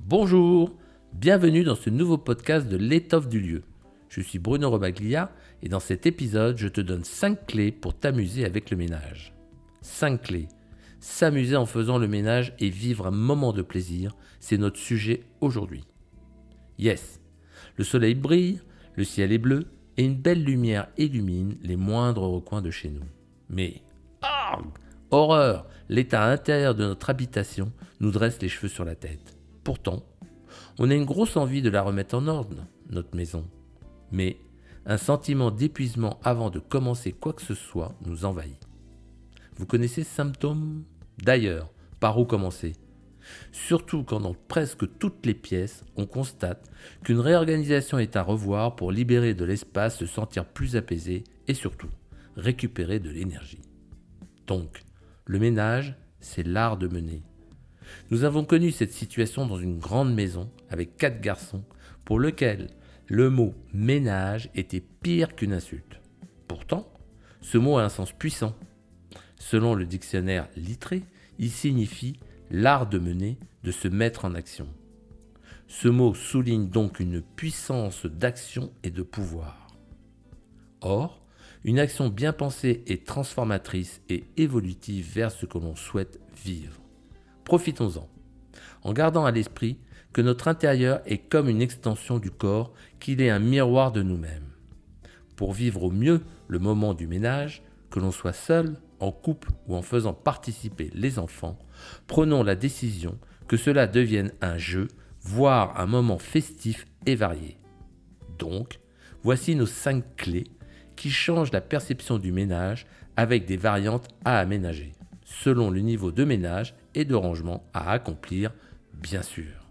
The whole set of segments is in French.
Bonjour, bienvenue dans ce nouveau podcast de l'étoffe du lieu. Je suis Bruno Robaglia et dans cet épisode, je te donne 5 clés pour t'amuser avec le ménage. 5 clés. S'amuser en faisant le ménage et vivre un moment de plaisir, c'est notre sujet aujourd'hui. Yes, le soleil brille, le ciel est bleu et une belle lumière illumine les moindres recoins de chez nous. Mais, horreur, l'état intérieur de notre habitation nous dresse les cheveux sur la tête. Pourtant, on a une grosse envie de la remettre en ordre, notre maison. Mais un sentiment d'épuisement avant de commencer quoi que ce soit nous envahit. Vous connaissez ce symptôme ? D'ailleurs, par où commencer ? Surtout quand dans presque toutes les pièces, on constate qu'une réorganisation est à revoir pour libérer de l'espace, se sentir plus apaisé et surtout récupérer de l'énergie. Donc, le ménage, c'est l'art de mener. Nous avons connu cette situation dans une grande maison avec 4 garçons pour lequel le mot « ménage » était pire qu'une insulte. Pourtant, ce mot a un sens puissant. Selon le dictionnaire Littré, il signifie « l'art de mener, de se mettre en action ». Ce mot souligne donc une puissance d'action et de pouvoir. Or, une action bien pensée est transformatrice et évolutive vers ce que l'on souhaite vivre. Profitons-en, en gardant à l'esprit que notre intérieur est comme une extension du corps, qu'il est un miroir de nous-mêmes. Pour vivre au mieux le moment du ménage, que l'on soit seul, en couple ou en faisant participer les enfants, prenons la décision que cela devienne un jeu, voire un moment festif et varié. Donc, voici nos 5 clés qui changent la perception du ménage avec des variantes à aménager, selon le niveau de ménage et de rangement à accomplir, bien sûr.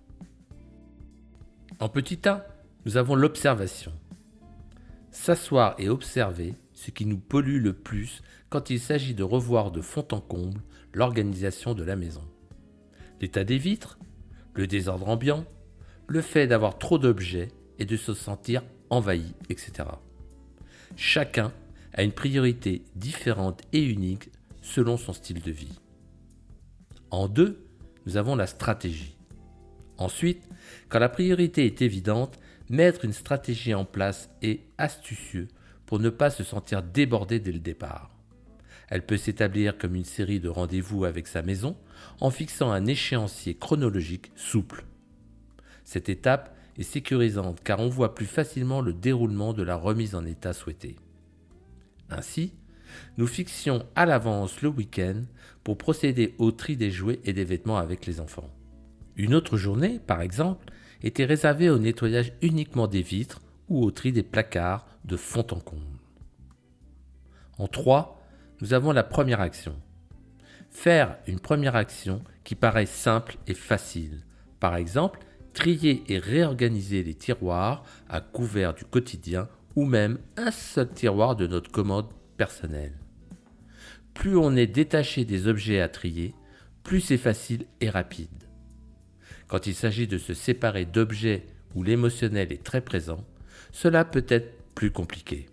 En petit A, nous avons l'observation. S'asseoir et observer ce qui nous pollue le plus quand il s'agit de revoir de fond en comble l'organisation de la maison. L'état des vitres, le désordre ambiant, le fait d'avoir trop d'objets et de se sentir envahi, etc. Chacun a une priorité différente et unique selon son style de vie. En 2, nous avons la stratégie. Ensuite, quand la priorité est évidente, mettre une stratégie en place est astucieux pour ne pas se sentir débordé dès le départ. Elle peut s'établir comme une série de rendez-vous avec sa maison en fixant un échéancier chronologique souple. Cette étape est sécurisante car on voit plus facilement le déroulement de la remise en état souhaitée. Ainsi, nous fixions à l'avance le week-end pour procéder au tri des jouets et des vêtements avec les enfants. Une autre journée, par exemple, était réservée au nettoyage uniquement des vitres ou au tri des placards de fond en comble. En 3, nous avons la première action. Faire une première action qui paraît simple et facile. Par exemple, trier et réorganiser les tiroirs à couvert du quotidien ou même un seul tiroir de notre commode personnelle. Plus on est détaché des objets à trier, plus c'est facile et rapide. Quand il s'agit de se séparer d'objets où l'émotionnel est très présent, cela peut être plus compliqué.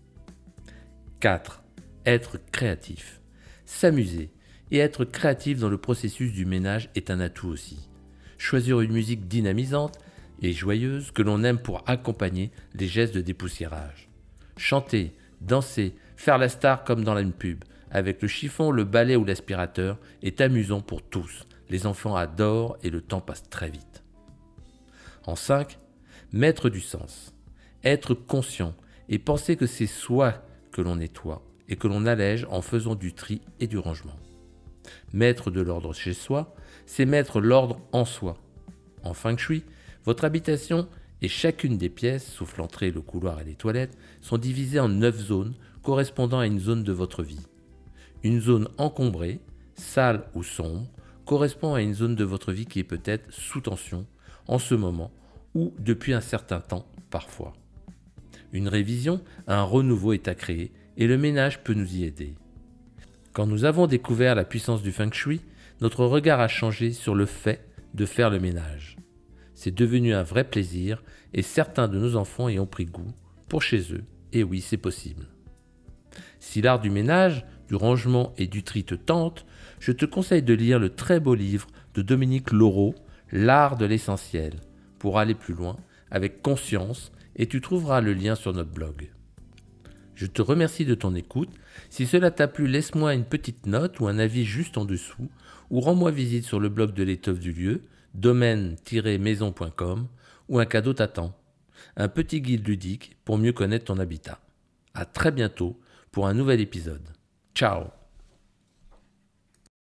4. Être créatif. S'amuser et être créatif dans le processus du ménage est un atout aussi. Choisir une musique dynamisante et joyeuse que l'on aime pour accompagner les gestes de dépoussiérage. Chanter, danser, faire la star comme dans une pub, avec le chiffon, le balai ou l'aspirateur, est amusant pour tous. Les enfants adorent et le temps passe très vite. En 5, mettre du sens. Être conscient et penser que c'est soi que l'on nettoie et que l'on allège en faisant du tri et du rangement. Mettre de l'ordre chez soi, c'est mettre l'ordre en soi. En feng shui, votre habitation et chacune des pièces, sauf l'entrée, le couloir et les toilettes, sont divisées en 9 zones correspondant à une zone de votre vie. Une zone encombrée, sale ou sombre, correspond à une zone de votre vie qui est peut-être sous tension en ce moment ou depuis un certain temps parfois. Une révision, un renouveau est à créer et le ménage peut nous y aider. Quand nous avons découvert la puissance du feng shui, notre regard a changé sur le fait de faire le ménage. C'est devenu un vrai plaisir et certains de nos enfants y ont pris goût pour chez eux. Et oui, c'est possible. Si l'art du ménage, du rangement et du tri te tente, je te conseille de lire le très beau livre de Dominique Laureau, l'art de l'essentiel, pour aller plus loin, avec conscience, et tu trouveras le lien sur notre blog. Je te remercie de ton écoute. Si cela t'a plu, laisse-moi une petite note ou un avis juste en dessous, ou rends-moi visite sur le blog de l'étoffe du lieu, domaine-maison.com, où un cadeau t'attend. Un petit guide ludique pour mieux connaître ton habitat. À très bientôt pour un nouvel épisode. Ciao!